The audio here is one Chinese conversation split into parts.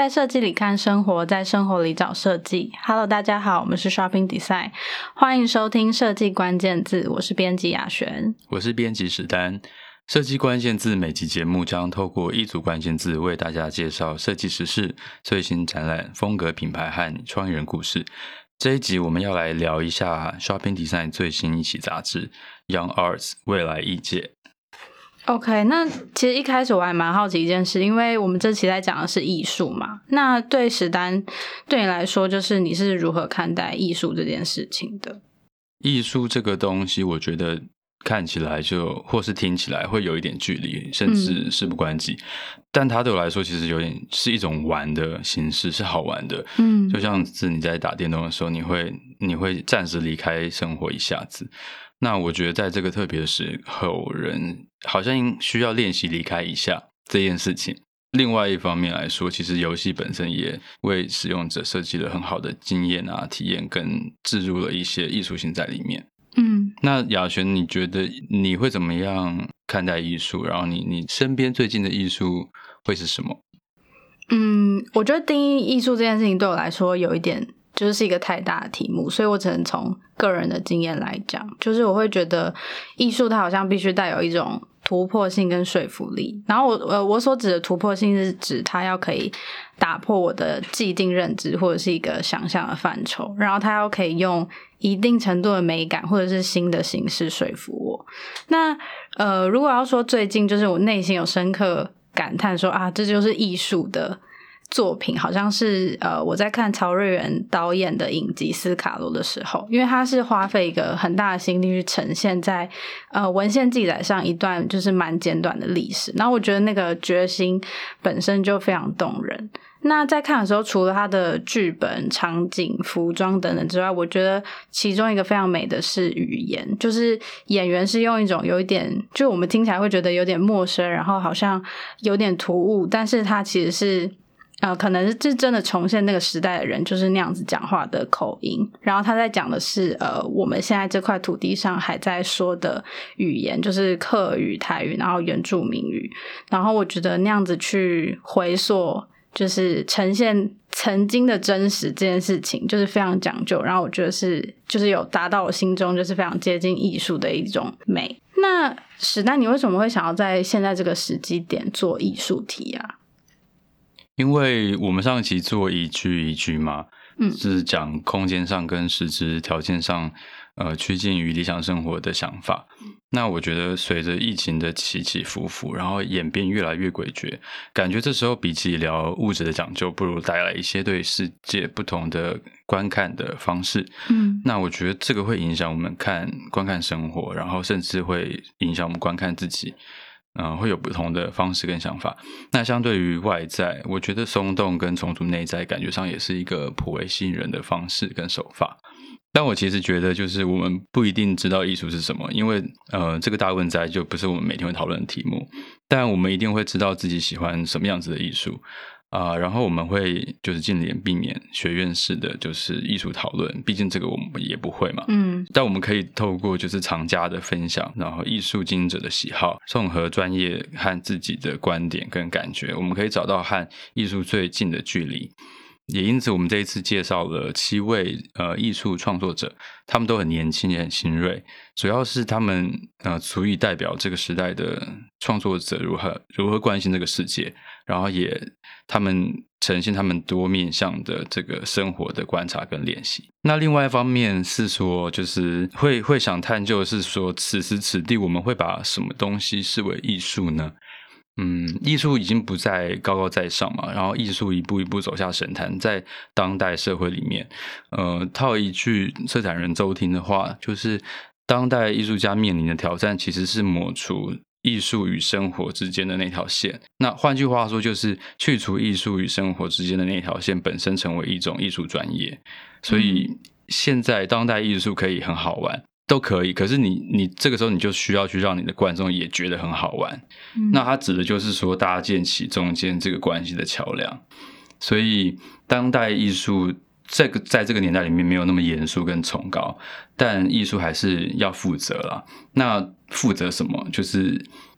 在设计里看生活，在生活里找设计。Hello， 大家好，我们是 Shopping Design， 欢迎收听设计关键字，我是编辑雅璇， 我是编辑史丹。设计关键字每集节目将透过一组关键字为大家介绍设计时事、最新展览、风格品牌和创意人故事。这一集我们要来聊一下 Shopping Design 最新一期杂志 Young Arts 未来艺界。 OK， 那其实一开始我还蛮好奇一件事，因为我们这期在讲的是艺术嘛，那对史丹对你来说，就是你是如何看待艺术这件事情的？ 艺术这个东西我觉得看起来或是听起来会有一点距离，甚至事不关己，但它对我来说其实有点是一种玩的形式，是好玩的。就像是你在打电动的时候，你会暂时离开生活一下子。那我觉得在这个特别的时候，人好像需要练习离开一下这件事情。另外一方面来说，其实游戏本身也为使用者设计了很好的经验啊、体验，跟置入了一些艺术性在里面。那雅璇，你觉得你会怎么样看待艺术？然后你身边最近的艺术会是什么？ 我觉得定义艺术这件事情对我来说有一点就是一个太大的题目，所以我只能从个人的经验来讲，就是我会觉得艺术它好像必须带有一种突破性跟说服力，然后我所指的突破性是指它要可以打破我的既定认知或者是一个想象的范畴，然后它要可以用一定程度的美感或者是新的形式说服我。那如果要说最近就是我内心有深刻感叹说啊，这就是艺术的作品，好像是我在看曹瑞原导演的影集《斯卡罗》的时候，因为他是花费一个很大的心力去呈现在文献记载上一段就是蛮简短的历史，然后我觉得那个决心本身就非常动人。那在看的时候，除了他的剧本、场景、服装等等之外，我觉得其中一个非常美的是语言，就是演员是用一种有一点就我们听起来会觉得有点陌生，然后好像有点突兀，但是他其实是可能是真的重现那个时代的人就是那样子讲话的口音，然后他在讲的是我们现在这块土地上还在说的语言，就是客语、台语，然后原住民语，然后我觉得那样子去回溯就是呈现曾经的真实这件事情就是非常讲究，然后我觉得就是有达到我心中就是非常接近艺术的一种美。那史丹，你为什么会想要在现在这个时机点做艺术题啊？ 因为我们上一期做一句一句嘛，是讲空间上跟实质条件上趋近于理想生活的想法。那我觉得随着疫情的起起伏伏，然后演变越来越诡谲，感觉这时候比起聊物质的讲究，不如带来一些对世界不同的观看的方式。那我觉得这个会影响我们观看生活，然后甚至会影响我们观看自己。会有不同的方式跟想法。那相对于外在，我觉得松动跟重组内在感觉上也是一个颇为吸引人的方式跟手法。但我其实觉得就是我们不一定知道艺术是什么，因为这个大问哉就不是我们每天会讨论的题目，但我们一定会知道自己喜欢什么样子的艺术然后我们会就是尽量避免学院式的就是艺术讨论，毕竟这个我们也不会嘛。但我们可以透过就是藏家的分享，然后艺术经营者的喜好，综合专业和自己的观点跟感觉，我们可以找到和艺术最近的距离。也因此我们这一次介绍了7位艺术创作者，他们都很年轻也很新锐，主要是他们足以代表这个时代的创作者如何关心这个世界，然后也他们呈现他们多面向的这个生活的观察跟练习。那另外一方面是说就是会想探究是说此时此地我们会把什么东西视为艺术呢？艺术已经不再高高在上嘛，然后艺术一步一步走下神坛，在当代社会里面套一句策展人周听的话，就是当代艺术家面临的挑战其实是抹除艺术与生活之间的那条线。那换句话说就是去除艺术与生活之间的那条线本身成为一种艺术专业。所以现在当代艺术可以很好玩都可以，可是你这个时候你就需要去让你的观众也觉得很好玩。那它指的就是说搭建起中间这个关系的桥梁。所以当代艺术在这个年代里面没有那么严肃跟崇高，但艺术还是要负责啦。那负责什么？就是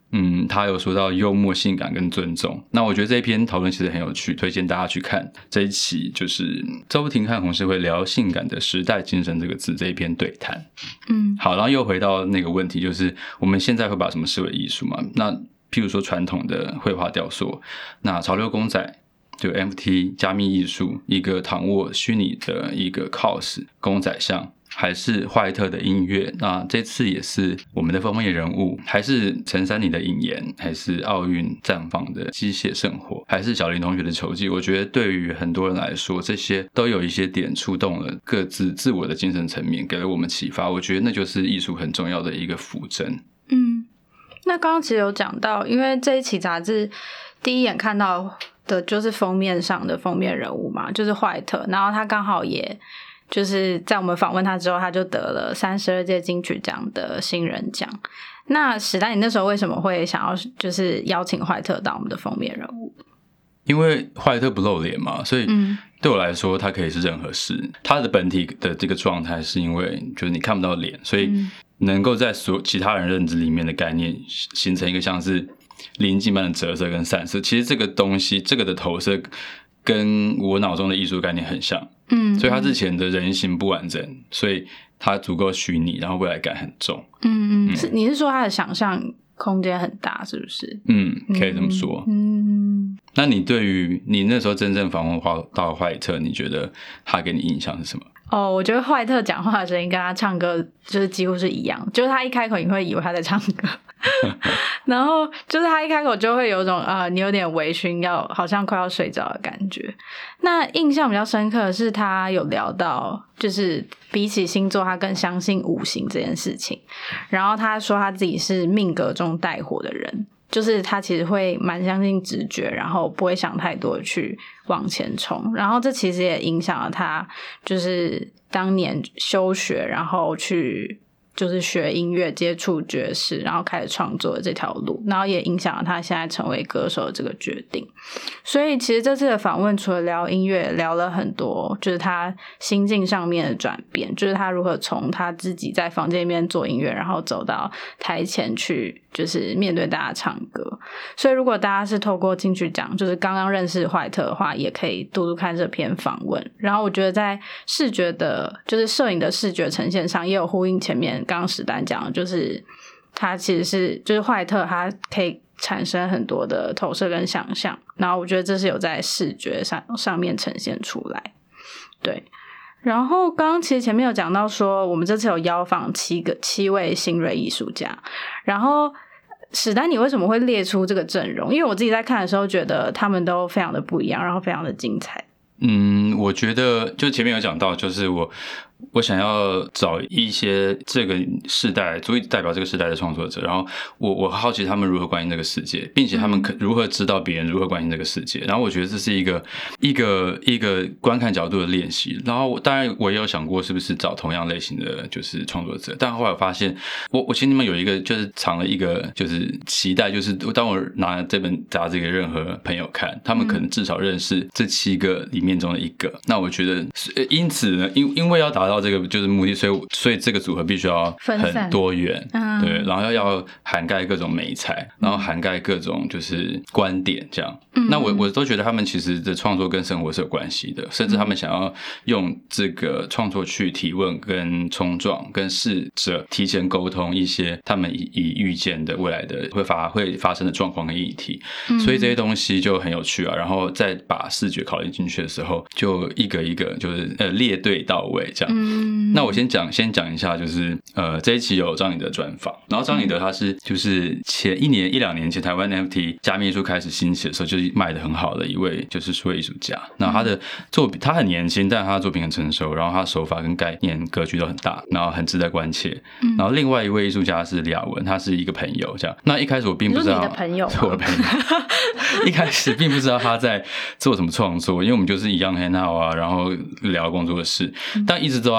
他有说到幽默、性感跟尊重。那我觉得这一篇讨论其实很有趣，推荐大家去看这一期，就是周婷和洪世辉聊性感的时代精神这个字这一篇对谈。好，然后又回到那个问题，就是我们现在会把什么视为艺术嘛？那譬如说传统的绘画雕塑，那潮流公仔，就 NFT 加密艺术，一个躺卧虚拟的一个 cos 公仔像，还是怀特的音乐，那这次也是我们的封面人物，还是陈珊妮的引言，还是奥运绽放的机械圣火，还是小林同学的球技，我觉得对于很多人来说，这些都有一些点触动了各自自我的精神层面，给了我们启发，我觉得那就是艺术很重要的一个符针。 那刚刚其实有讲到，因为这一期杂志第一眼看到的就是封面上的封面人物嘛，就是怀特，然后他刚好也就是在我们访问他之后，他就得了32届金曲奖的新人奖。那史丹，你那时候为什么会想要就是邀请怀特当我们的封面人物？ 因为怀特不露脸嘛，所以对我来说他可以是任何事。他的本体的这个状态是因为就是你看不到脸，所以能够在其他人认知里面的概念形成一个像是临近般的折射跟散射。其实这个东西，这个的投射跟我脑中的艺术概念很像。所以他之前的人形不完整，所以他足够虚拟，然后未来感很重。 你是说他的想象空间很大，是不是？ 可以这么说。那你对于你那时候真正访问到怀特，你觉得他给你印象是什么？ 我觉得怀特讲话的声音跟他唱歌就是几乎是一样，就是他一开口你会以为他在唱歌然后就是他一开口就会有种你有点微醺，好像快要睡着的感觉。那印象比较深刻的是他有聊到就是比起星座他更相信五行这件事情，然后他说他自己是命格中带火的人，就是他其实会蛮相信直觉，然后不会想太多去往前冲，然后这其实也影响了他就是当年休学，然后去就是学音乐，接触爵士，然后开始创作的这条路，然后也影响了他现在成为歌手的这个决定。所以其实这次的访问除了聊音乐，聊了很多就是他心境上面的转变，就是他如何从他自己在房间里面做音乐，然后走到台前去就是面对大家唱歌。所以如果大家是透过金曲奖就是刚刚认识怀特的话，也可以读读看这篇访问。然后我觉得在视觉的就是摄影的视觉呈现上也有呼应前面刚刚史丹讲的，就是他其实是就是怀特他可以产生很多的投射跟想象，然后我觉得这是有在视觉上面呈现出来。对，然后刚刚其实前面有讲到说我们这次有邀访7位新锐艺术家，然后史丹你为什么会列出这个阵容？因为我自己在看的时候觉得他们都非常的不一样，然后非常的精彩。 我觉得就前面有讲到，就是我想要找一些这个世代足以代表这个世代的创作者，然后我好奇他们如何关心这个世界，并且他们如何知道别人如何关心这个世界。然后我觉得这是一个观看角度的练习。然后当然我也有想过是不是找同样类型的就是创作者，但后来我发现我心里面有一个就是藏了一个就是期待，就是当我拿这本杂志给任何朋友看，他们可能至少认识这7个里面中的一个。那我觉得因此呢，因为要达到这个就是目的，所以这个组合必须要很多元，对，然后要涵盖各种媒材，然后涵盖各种就是观点这样。那我都觉得他们其实的创作跟生活是有关系的，甚至他们想要用这个创作去提问跟冲撞，跟试着提前沟通一些他们已预见的未来的会发生的状况跟议题。所以这些东西就很有趣啊，然后再把视觉考虑进去的时候，就一个一个就是列队到位这样。那我先讲一下，就是这一期有张以德专访，然后张以德他是就是前1两年前台湾 NFT 加密艺术开始兴起的时候，就是卖得很好的一位就是数位艺术家。那他的作品他很年轻，但他的作品很成熟，然后他的手法跟概念格局都很大，然后很值得关切。然后另外一位艺术家是李雅文，他是一个朋友这样。那一开始我并不知道， 你的朋友， 我的朋友一开始并不知道他在做什么创作，因为我们就是一样 hang out 啊，然后聊工作的事，但一直都知道他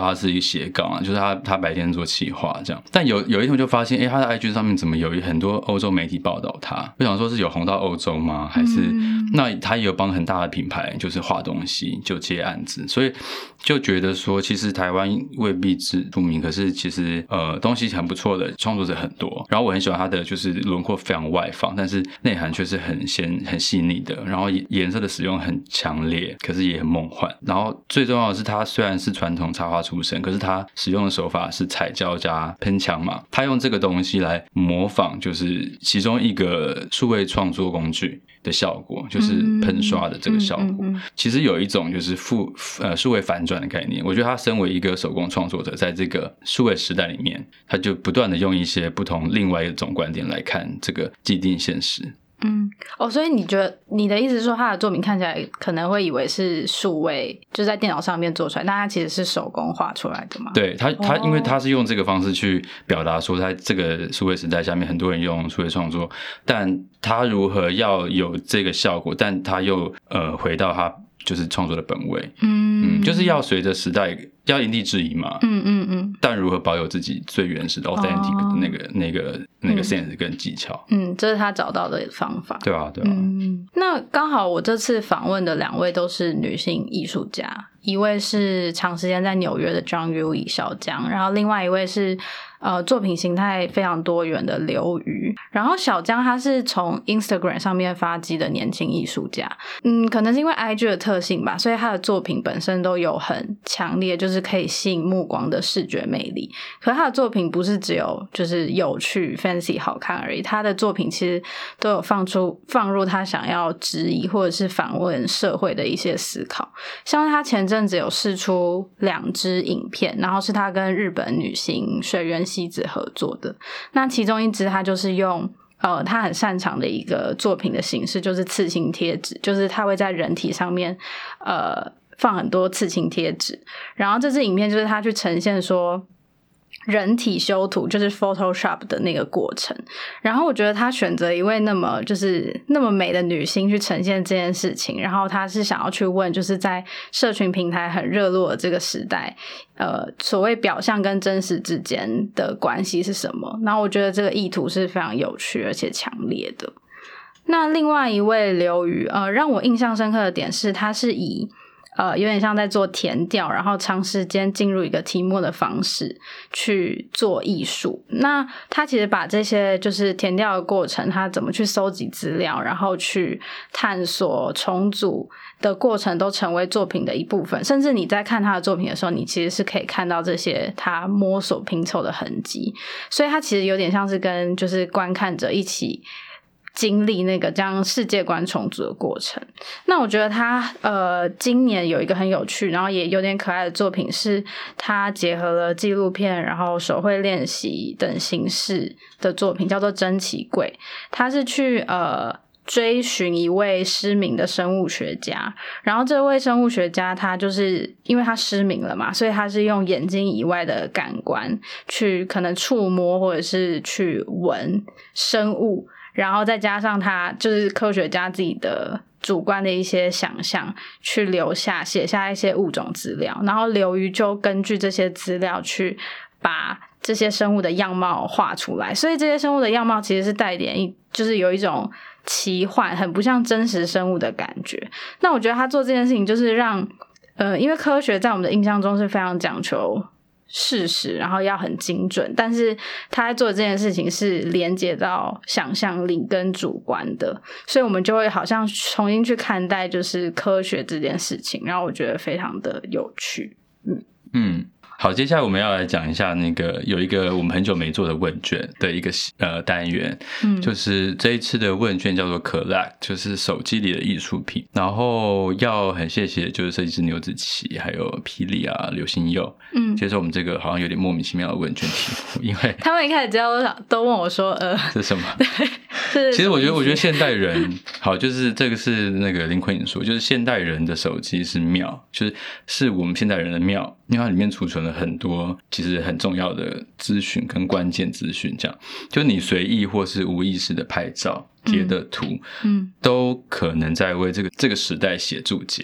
他是一个斜杠啊，就是他白天做企划这样。但有一天我就发现，他的 IG 上面怎么有很多欧洲媒体报道他？我想说是有红到欧洲吗？还是那他也有帮很大的品牌就是画东西就接案子，所以就觉得说，其实台湾未必出名，可是其实东西很不错的创作者很多。然后我很喜欢他的就是轮廓非常外放，但是内涵却是很细腻的，然后颜色的使用很强烈，可是也很梦幻。然后最重要的是，他虽然是传统插画出身，可是他使用的手法是彩胶加喷枪嘛，他用这个东西来模仿就是其中一个数位创作工具的效果，就是喷刷的这个效果。其实有一种就是数位反转的概念。我觉得他身为一个手工创作者，在这个数位时代里面，他就不断的用一些不同另外一种观点来看这个既定现实。 所以你觉得你的意思是说，他的作品看起来可能会以为是数位，就在电脑上面做出来，但他其实是手工画出来的嘛？ 对，他因为他是用这个方式去表达说，在这个数位时代下面，很多人用数位创作，但他如何要有这个效果，但他又回到他就是创作的本位，就是要随着时代要因地制宜嘛，但如何保有自己最原始的 authentic 的那个 sense 跟技巧， 这是他找到的方法。 对啊。 那刚好我这次访问的2位都是女性艺术家，一位是长时间在纽约的 John Yui 小江，然后另外一位是作品形态非常多元的刘瑜。然后小江他是从 Instagram 上面发迹的年轻艺术家，可能是因为 IG 的特性吧，所以他的作品本身都有很强烈就是可以吸引目光的视觉魅力。可是他的作品不是只有就是有趣 fancy 好看而已，他的作品其实都有放入他想要质疑或者是反问社会的一些思考。像他前阵子有释出2支影片，然后是他跟日本女星水原希子合作的。那其中一支他就是用他很擅长的一个作品的形式，就是刺青贴纸，就是他会在人体上面放很多刺青贴纸。然后这支影片就是他去呈现说人体修图，就是 Photoshop 的那个过程。然后我觉得他选择一位那么美的女星去呈现这件事情，然后他是想要去问就是在社群平台很热络的这个时代所谓表象跟真实之间的关系是什么。然后我觉得这个意图是非常有趣而且强烈的。那另外一位刘瑜让我印象深刻的点是，他是以有点像在做田调，然后长时间进入一个题目的方式去做艺术。那他其实把这些就是田调的过程，他怎么去搜集资料，然后去探索重组的过程都成为作品的一部分。甚至你在看他的作品的时候，你其实是可以看到这些他摸索拼凑的痕迹。所以他其实有点像是跟就是观看者一起经历那个将世界观重组的过程。那我觉得他今年有一个很有趣然后也有点可爱的作品，是他结合了纪录片然后手绘练习等形式的作品，叫做珍奇柜。他是去追寻一位失明的生物学家，然后这位生物学家他就是因为他失明了嘛，所以他是用眼睛以外的感官去可能触摸或者是去闻生物，然后再加上他就是科学家自己的主观的一些想象，去写下一些物种资料。然后刘瑜就根据这些资料去把这些生物的样貌画出来。所以这些生物的样貌其实是带点就是有一种奇幻，很不像真实生物的感觉。那我觉得他做这件事情就是让因为科学在我们的印象中是非常讲求事实，然后要很精准，但是他在做的这件事情是连接到想象力跟主观的，所以我们就会好像重新去看待就是科学这件事情，然后我觉得非常的有趣。 好，接下来我们要来讲一下那个有一个我们很久没做的问卷的一个单元，就是这一次的问卷叫做 Collect， 就是手机里的艺术品。然后要很谢谢就是设计师牛子琪还有霹雳啊刘心佑接受我们这个好像有点莫名其妙的问卷题目，因为他们一开始知道都问我说这是什么？ 对， 其实我觉得现代人好，就是这个是那个林坤颖说，就是现代人的手机是庙，是我们现代人的庙，因为它里面储存了很多其实很重要的资讯跟关键资讯，这样就你随意或是无意识的拍照贴的图都可能在为这个时代写注解嘛。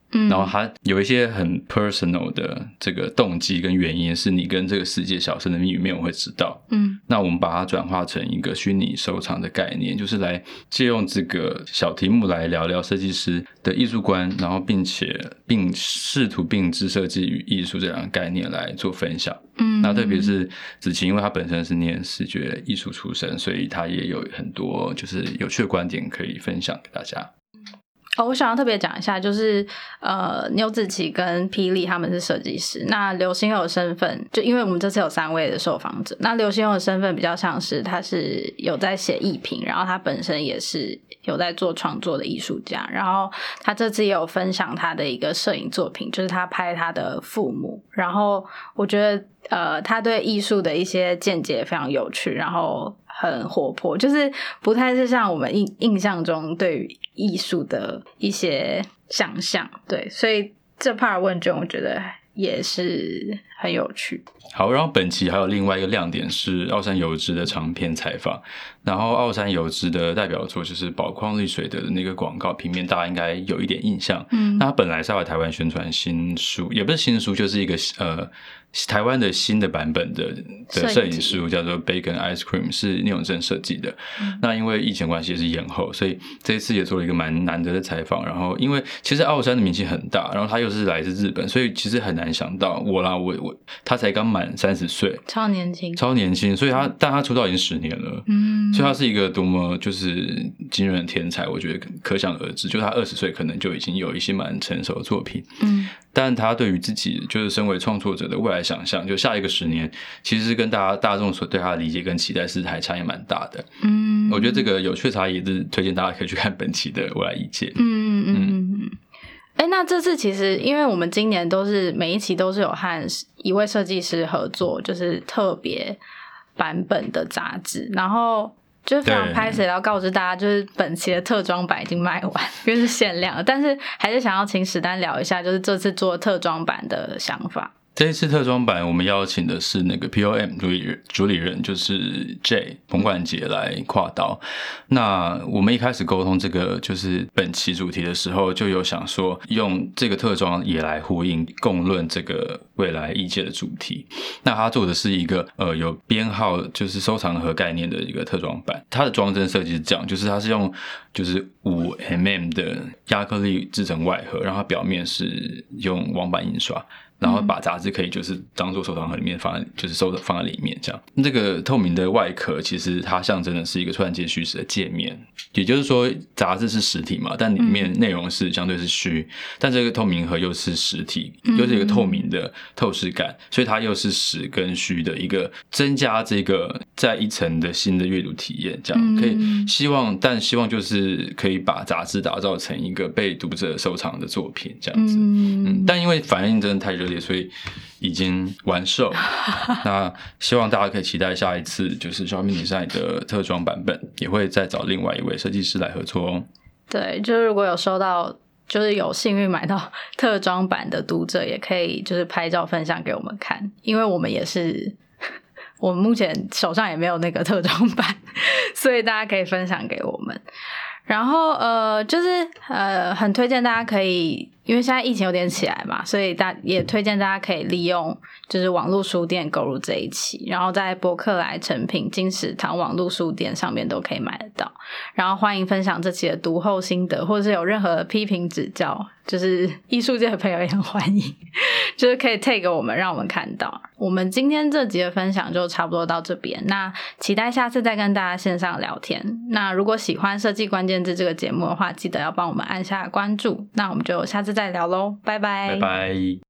然后它有一些很 personal 的这个动机跟原因，是你跟这个世界小生的秘密没有人会知道。那我们把它转化成一个虚拟收藏的概念，就是来借用这个小题目来聊聊设计师的艺术观，然后并试图并置设计与艺术这两个概念来做分享。那特别是子琪，因为他本身是念视觉艺术出身，所以他也有很多就是有趣的观点可以分享给大家。 我想要特别讲一下，就是牛子琪跟霹雳他们是设计师，那刘星佑的身份，就因为我们这次有3位的受访者，那刘星佑的身份比较像是他是有在写艺评，然后他本身也是有在做创作的艺术家，然后他这次也有分享他的一个摄影作品，就是他拍他的父母，然后我觉得他对艺术的一些见解非常有趣，然后很活泼，就是不太是像我们印象中对于艺术的一些想象。对，所以这 part 问卷我觉得也是很有趣。 好，然后本期还有另外一个亮点是奥山由之的长篇采访，然后奥山由之的代表作就是宝矿力水的那个广告平面，大家应该有一点印象。那他本来是要来台湾宣传新书，也不是新书，就是一个台湾的新的版本的摄影书，叫做 Bacon Ice Cream， 是聂永正设计的。那因为疫情关系也是延后，所以这一次也做了一个蛮难得的采访。然后因为其实奥山的名气很大，然后他又是来自日本，所以其实很难想到他才刚满30岁， 超年轻， 所以但他出道已经10年了。所以他是一个多么就是惊人的天才，我觉得可想而知。就他20岁可能就已经有一些蛮成熟的作品。但他对于自己就是身为创作者的未来想象，就下一个10年其实是跟大众所对他的理解跟期待是还差异蛮大的。我觉得这个有趣的差异是推荐大家可以去看本期的未来意见。 那这次其实因为我们今年每一期都是有和一位设计师合作，就是特别版本的杂志，然后就非常拍摄要告知大家，就是本期的特装版已经卖完，因为是限量的，但是还是想要请史丹聊一下，就是这次做特装版的想法。 这一次特装版我们邀请的是那个 POM 主理人，就是 J 彭冠杰来跨刀。那我们一开始沟通这个就是本期主题的时候，就有想说用这个特装也来呼应共论这个未来艺界的主题。那他做的是一个有编号就是收藏盒概念的一个特装版，它的装帧设计是这样，就是它是用就是5mm 的亚克力制成外盒，然后它表面是用网版印刷，然后把杂志可以就是当做收藏盒里面放在里面这样。这个透明的外壳其实它象征的是一个突然间虚实的界面，也就是说杂志是实体嘛，但里面内容是相对是虚，但这个透明盒又是实体，又是一个透明的透视感，所以它又是实跟虚的一个增加这个再一层的新的阅读体验这样。可以希望就是可以把杂志打造成一个被读者收藏的作品这样子。但因为反应真的太热烈，所以已经完售。那希望大家可以期待下一次就是 Shopping Design 的特装版本，也会再找另外一位设计师来合作哦。 对，就是如果有收到就是有幸运买到特装版的读者，也可以就是拍照分享给我们看，因为我们也是我们目前手上也没有那个特装版，所以大家可以分享给我们。然后就是很推荐大家可以，因为现在疫情有点起来嘛，所以也推荐大家可以利用就是网络书店购入这一期，然后在博客来、诚品、金石堂网络书店上面都可以买得到。然后欢迎分享这期的读后心得，或者是有任何批评指教，就是艺术界的朋友也很欢迎，就是可以 tag 我们，让我们看到。我们今天这集的分享就差不多到这边，那期待下次再跟大家线上聊天。那如果喜欢设计关键字这个节目的话，记得要帮我们按下关注，那我们就下次再聊咯，拜拜。 拜拜。